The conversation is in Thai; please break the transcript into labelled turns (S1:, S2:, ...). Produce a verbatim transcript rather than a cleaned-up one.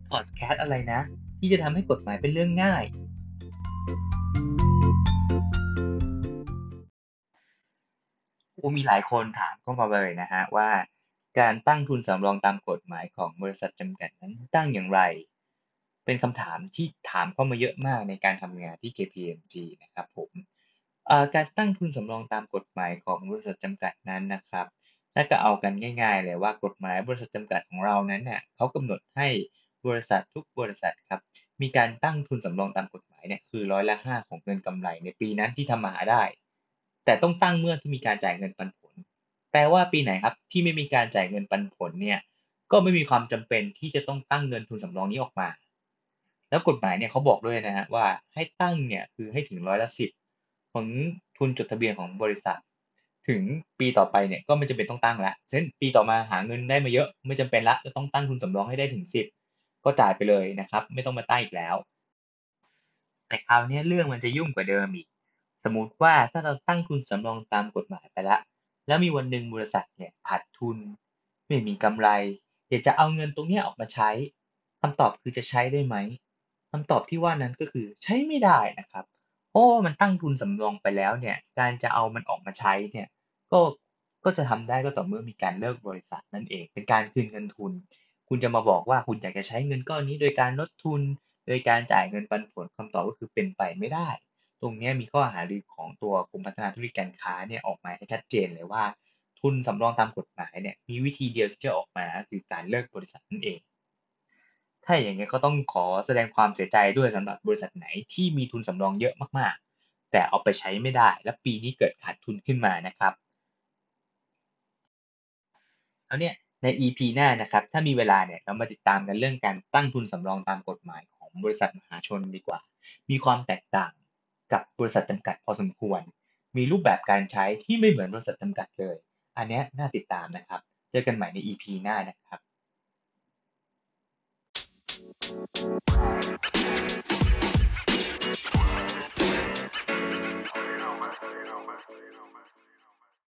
S1: พอดแคสต์อะไรนะที่จะทำให้กฎหมายเป็นเรื่องง่ายโอ้มีหลายคนถามเข้ามาเลยนะฮะว่าการตั้งทุนสำรองตามกฎหมายของบริษัทจำกัดนั้นตั้งอย่างไรเป็นคำถามที่ถามเข้ามาเยอะมากในการทำงานที่ เค พี เอ็ม จี นะครับผมเอ่อการตั้งทุนสำรองตามกฎหมายของบริษัทจำกัดนั้นนะครับถ้าก็เอากันง่ายๆเลยว่ากฎหมายบริษัทจำกัดของเรานั้นน่ะเขากำหนดให้บริษัททุกบริษัทครับมีการตั้งทุนสำรองตามกฎหมายเนี่ยคือร้อยละห้าของเงินกำไรในปีนั้นที่ทำมาหาได้ แต่ต้องตั้งเมื่อที่มีการจ่ายเงินปันผลแปลว่าปีไหนครับที่ไม่มีการจ่ายเงินปันผลเนี่ยก็ไม่มีความจำเป็นที่จะต้องตั้งเงินทุนสำรองนี้ออกมาแล้วกฎหมายเนี่ยเขาบอกด้วยนะฮะว่าให้ตั้งเนี่ยคือให้ถึงร้อยละสิบของทุนจดทะเบียนของบริษัทถึงปีต่อไปเนี่ยก็ไม่จำเป็นต้องตั้งแล้วเช่นปีต่อมาหาเงินได้มาเยอะไม่จำเป็นละจะต้องตั้งทุนสำรองให้ได้ถึงสิบก็จ่ายไปเลยนะครับไม่ต้องมาตั้งอีกแล้ว แต่คราวนี้เรื่องมันจะยุ่งกว่าเดิมอีกสมมุติว่าถ้าเราตั้งทุนสำรองตามกฎหมายไปแล้วแล้วมีวันหนึ่งบริษัทเนี่ยขาดทุนไม่มีกำไรอยากจะเอาเงินตรงเนี้ยออกมาใช้คำตอบคือจะใช้ได้ไหมคำตอบที่ว่านั้นก็คือใช้ไม่ได้นะครับเพราะว่ามันตั้งทุนสำรองไปแล้วเนี่ยการจะเอามันออกมาใช้เนี่ยก็ก็จะทำได้ก็ต่อเมื่อมีการเลิกบริษัทนั่นเองเป็นการคืนเงินทุนคุณจะมาบอกว่าคุณอยากจะใช้เงินก้อนนี้โดยการลดทุน โดยการจ่ายเงินปันผลคำตอบก็คือเป็นไปไม่ได้ ตรงนี้มีข้อหารือของตัวกรมพัฒนาธุรกิจการค้าเนี่ยออกมาให้ชัดเจนเลยว่าทุนสำรองตามกฎหมายเนี่ยมีวิธีเดียวที่จะออกมาคือการเลิกบริษัทนั่นเองถ้าอย่างนี้ก็ต้องขอแสดงความเสียใจด้วยสำหรับบริษัทไหนที่มีทุนสำรองเยอะมากๆแต่เอาไปใช้ไม่ได้และปีนี้เกิดขาดทุนขึ้นมานะครับ แล้วเนี่ยใน อี พี หน้านะครับถ้ามีเวลาเนี่ยเรามาติดตามกันเรื่องการตั้งทุนสำรองตามกฎหมายของบริษัทมหาชนดีกว่ามีความแตกต่างกับบริษัทจำกัดพอสมควรมีรูปแบบการใช้ที่ไม่เหมือนบริษัทจำกัดเลยอันเนี้ยน่าติดตามนะครับเจอกันใหม่ใน อี พี หน้านะครับ